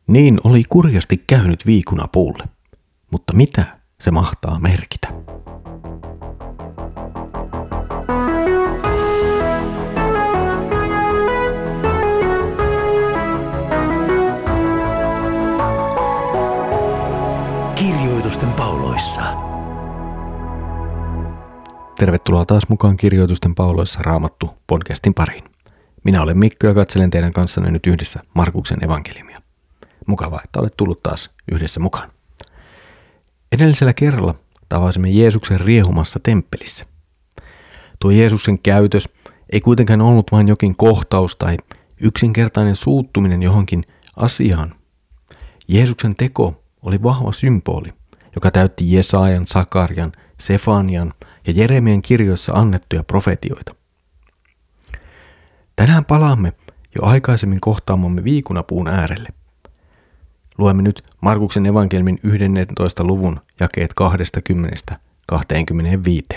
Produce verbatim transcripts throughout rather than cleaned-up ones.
Niin oli kurjasti käynyt viikunapuulle, mutta mitä se mahtaa merkitä? Kirjoitusten pauloissa. Tervetuloa taas mukaan Kirjoitusten pauloissa Raamattu podcastin pariin. Minä olen Mikko ja katselen teidän kanssanne nyt yhdessä Markuksen evankeliumia. Mukavaa, että olet tullut taas yhdessä mukaan. Edellisellä kerralla tavasimme Jeesuksen riehumassa temppelissä. Tuo Jeesuksen käytös ei kuitenkaan ollut vain jokin kohtaus tai yksinkertainen suuttuminen johonkin asiaan. Jeesuksen teko oli vahva symboli, joka täytti Jesajan, Sakarian, Sefanian ja Jeremian kirjoissa annettuja profetioita. Tänään palaamme jo aikaisemmin kohtaamamme viikunapuun äärelle. Luemme nyt Markuksen evankeliumin yhdentoista luvun jakeet kaksikymmentä kaksikymmentäviisi.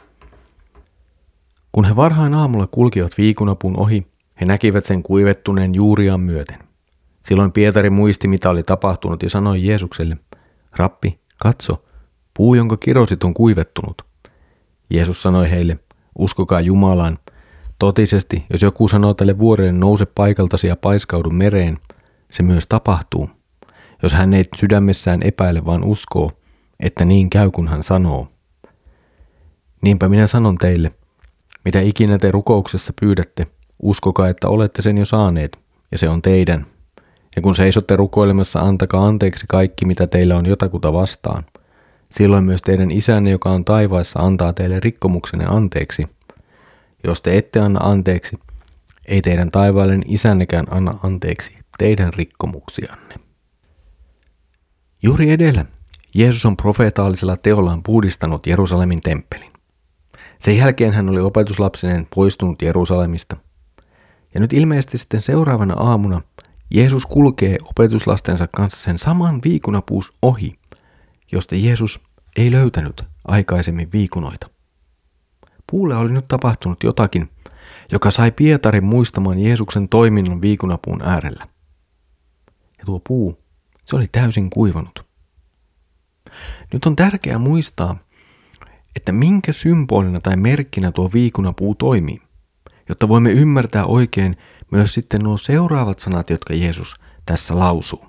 Kun he varhain aamulla kulkivat viikunapuun ohi, he näkivät sen kuivettuneen juuriaan myöten. Silloin Pietari muisti, mitä oli tapahtunut, ja sanoi Jeesukselle, Rappi, katso, puu, jonka kirosit, on kuivettunut. Jeesus sanoi heille, uskokaa Jumalaan. Totisesti, jos joku sanoo tälle vuorelle, nouse paikaltasi ja paiskaudu mereen, se myös tapahtuu. Jos hän ei sydämessään epäile, vaan uskoo, että niin käy, kun hän sanoo. Niinpä minä sanon teille, mitä ikinä te rukouksessa pyydätte, uskokaa, että olette sen jo saaneet, ja se on teidän. Ja kun seisotte rukoilemassa, antakaa anteeksi kaikki, mitä teillä on jotakuta vastaan. Silloin myös teidän isänne, joka on taivaassa, antaa teille rikkomuksenne anteeksi. Jos te ette anna anteeksi, ei teidän taivaallinen isännekään anna anteeksi teidän rikkomuksianne. Juuri edellä Jeesus on profeetaalisella teollaan puhdistanut Jerusalemin temppelin. Sen jälkeen hän oli opetuslapsineen poistunut Jerusalemista. Ja nyt ilmeisesti sitten seuraavana aamuna Jeesus kulkee opetuslastensa kanssa sen saman viikunapuus ohi, josta Jeesus ei löytänyt aikaisemmin viikunoita. Puulle oli nyt tapahtunut jotakin, joka sai Pietarin muistamaan Jeesuksen toiminnan viikunapuun äärellä. Ja tuo puu, se oli täysin kuivunut. Nyt on tärkeää muistaa, että minkä symbolina tai merkkinä tuo viikunapuu toimii, jotta voimme ymmärtää oikein myös sitten nuo seuraavat sanat, jotka Jeesus tässä lausuu.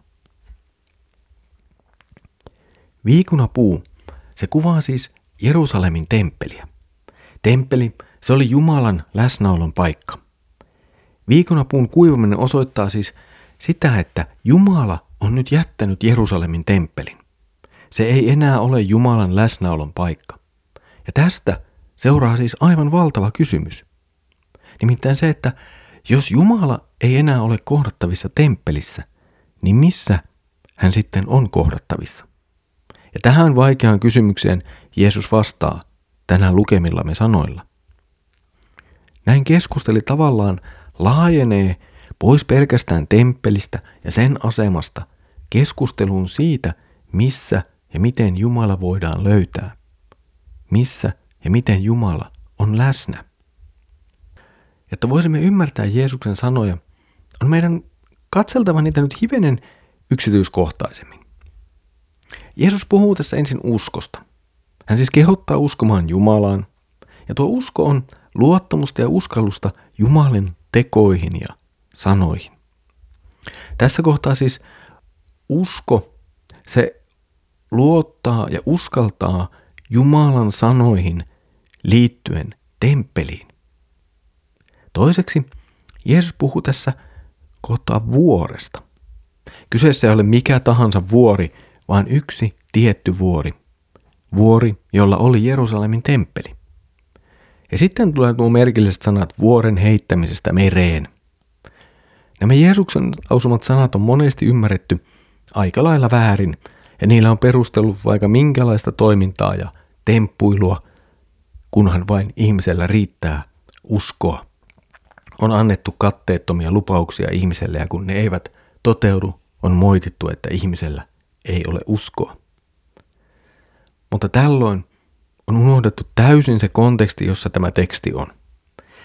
Viikunapuu, se kuvaa siis Jerusalemin temppeliä. Temppeli, se oli Jumalan läsnäolon paikka. Viikunapuun kuivuminen osoittaa siis sitä, että Jumala on nyt jättänyt Jerusalemin temppelin. Se ei enää ole Jumalan läsnäolon paikka. Ja tästä seuraa siis aivan valtava kysymys. Nimittäin se, että jos Jumala ei enää ole kohdattavissa temppelissä, niin missä hän sitten on kohdattavissa? Ja tähän vaikeaan kysymykseen Jeesus vastaa tänään lukemillamme sanoilla. Näin keskusteli tavallaan laajenee pois pelkästään temppelistä ja sen asemasta keskusteluun siitä, missä ja miten Jumala voidaan löytää. Missä ja miten Jumala on läsnä. Jotta voisimme ymmärtää Jeesuksen sanoja, on meidän katseltava niitä nyt hivenen yksityiskohtaisemmin. Jeesus puhuu tässä ensin uskosta. Hän siis kehottaa uskomaan Jumalaan, ja tuo usko on luottamusta ja uskallusta Jumalan tekoihin ja sanoihin. Tässä kohtaa siis usko, se luottaa ja uskaltaa Jumalan sanoihin liittyen temppeliin. Toiseksi Jeesus puhuu tässä kohtaa vuoresta. Kyseessä ei ole mikä tahansa vuori, vaan yksi tietty vuori. Vuori, jolla oli Jerusalemin temppeli. Ja sitten tulee nuo merkilliset sanat vuoren heittämisestä mereen. Nämä Jeesuksen lausumat sanat on monesti ymmärretty aika lailla väärin, ja niillä on perustellut vaikka minkälaista toimintaa ja temppuilua, kunhan vain ihmisellä riittää uskoa. On annettu katteettomia lupauksia ihmiselle, ja kun ne eivät toteudu, on moitittu, että ihmisellä ei ole uskoa. Mutta tällöin on unohdettu täysin se konteksti, jossa tämä teksti on.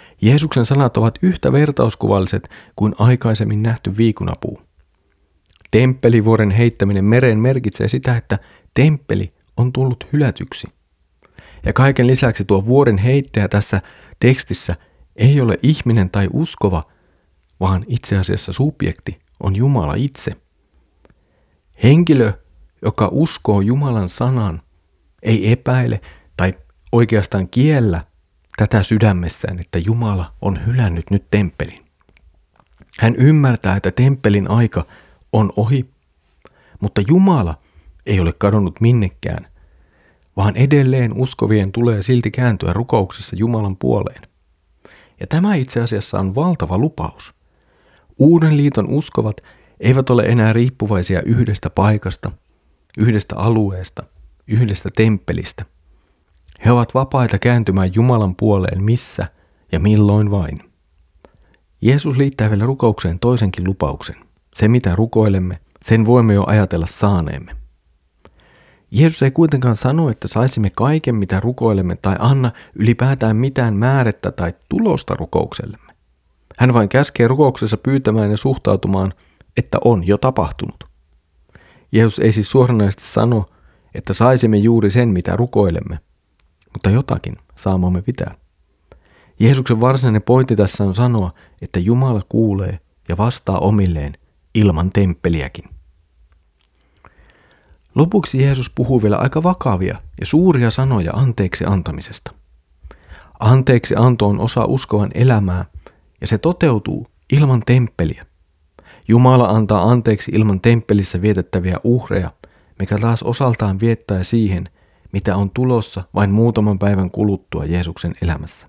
Jeesuksen sanat ovat yhtä vertauskuvalliset kuin aikaisemmin nähty viikunapuu. Temppelivuoren heittäminen mereen merkitsee sitä, että temppeli on tullut hylätyksi. Ja kaiken lisäksi tuo vuoren heittäjä tässä tekstissä ei ole ihminen tai uskova, vaan itse asiassa subjekti on Jumala itse. Henkilö, joka uskoo Jumalan sanan, ei epäile tai oikeastaan kiellä tätä sydämessään, että Jumala on hylännyt nyt temppelin. Hän ymmärtää, että temppelin aika on ohi, mutta Jumala ei ole kadonnut minnekään, vaan edelleen uskovien tulee silti kääntyä rukouksessa Jumalan puoleen. Ja tämä itse asiassa on valtava lupaus. Uuden liiton uskovat eivät ole enää riippuvaisia yhdestä paikasta, yhdestä alueesta, yhdestä temppelistä. He ovat vapaita kääntymään Jumalan puoleen missä ja milloin vain. Jeesus liittää vielä rukoukseen toisenkin lupauksen. Se mitä rukoilemme, sen voimme jo ajatella saaneemme. Jeesus ei kuitenkaan sano, että saisimme kaiken mitä rukoilemme tai anna ylipäätään mitään määrettä tai tulosta rukouksellemme. Hän vain käskee rukouksessa pyytämään ja suhtautumaan, että on jo tapahtunut. Jeesus ei siis suoranaisesti sano, että saisimme juuri sen mitä rukoilemme, mutta jotakin saamamme pitää. Jeesuksen varsinainen pointti tässä on sanoa, että Jumala kuulee ja vastaa omilleen ilman temppeliäkin. Lopuksi Jeesus puhuu vielä aika vakavia ja suuria sanoja anteeksi antamisesta. Anteeksi anto on osa uskovan elämää ja se toteutuu ilman temppeliä. Jumala antaa anteeksi ilman temppelissä vietettäviä uhreja, mikä taas osaltaan viettää siihen, mitä on tulossa vain muutaman päivän kuluttua Jeesuksen elämässä.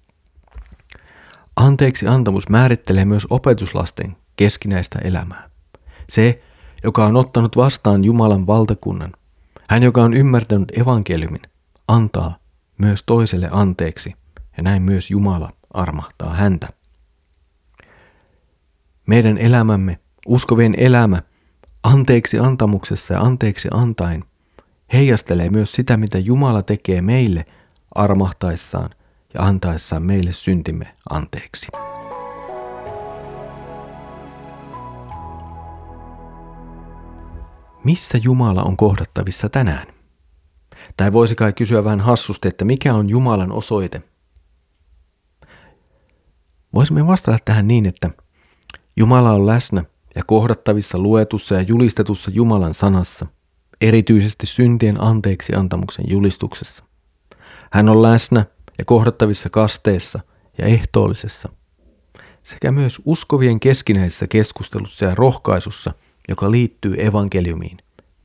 Anteeksi antamus määrittelee myös opetuslasten keskinäistä elämää. Se, joka on ottanut vastaan Jumalan valtakunnan, hän, joka on ymmärtänyt evankeliumin, antaa myös toiselle anteeksi, ja näin myös Jumala armahtaa häntä. Meidän elämämme, uskovien elämä, anteeksi antamuksessa ja anteeksi antaen, heijastelee myös sitä, mitä Jumala tekee meille armahtaessaan ja antaessaan meille syntimme anteeksi. Missä Jumala on kohdattavissa tänään? Tai voisi kai kysyä vähän hassusti, että mikä on Jumalan osoite? Voisimme vastata tähän niin, että Jumala on läsnä ja kohdattavissa luetussa ja julistetussa Jumalan sanassa, erityisesti syntien anteeksi antamuksen julistuksessa. Hän on läsnä ja kohdattavissa kasteessa ja ehtoollisessa, sekä myös uskovien keskinäisessä keskustelussa ja rohkaisussa, joka liittyy evankeliumiin.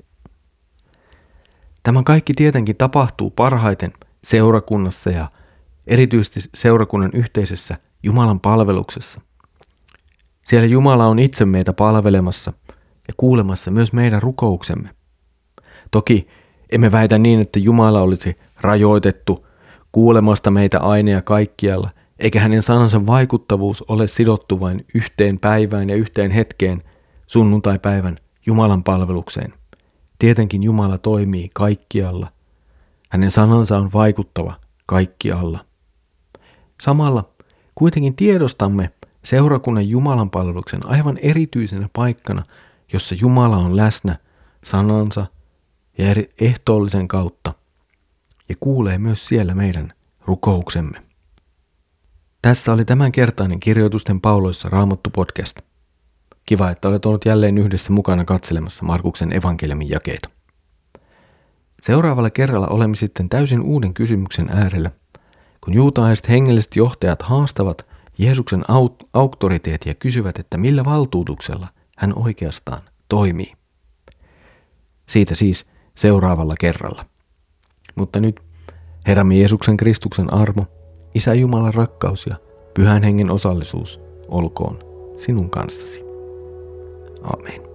Tämä kaikki tietenkin tapahtuu parhaiten seurakunnassa ja erityisesti seurakunnan yhteisessä Jumalan palveluksessa. Siellä Jumala on itse meitä palvelemassa ja kuulemassa myös meidän rukouksemme. Toki emme väitä niin, että Jumala olisi rajoitettu kuulemasta meitä aina ja kaikkialla, eikä hänen sanansa vaikuttavuus ole sidottu vain yhteen päivään ja yhteen hetkeen sunnuntaipäivän Jumalan palvelukseen. Tietenkin Jumala toimii kaikkialla. Hänen sanansa on vaikuttava kaikkialla. Samalla kuitenkin tiedostamme seurakunnan Jumalan palveluksen aivan erityisenä paikkana, jossa Jumala on läsnä sanansa ja ehtoollisen kautta ja kuulee myös siellä meidän rukouksemme. Tässä oli tämänkertainen Kirjoitusten pauloissa Raamattu podcast. Kiva, että olet ollut jälleen yhdessä mukana katselemassa Markuksen evankeliumin jakeita. Seuraavalla kerralla olemme sitten täysin uuden kysymyksen äärellä, kun juutalaiset hengelliset johtajat haastavat Jeesuksen aut- auktoriteetin ja kysyvät, että millä valtuutuksella hän oikeastaan toimii. Siitä siis seuraavalla kerralla. Mutta nyt Herramme Jeesuksen Kristuksen armo, Isä Jumalan rakkaus ja Pyhän Hengen osallisuus olkoon sinun kanssasi. Amen.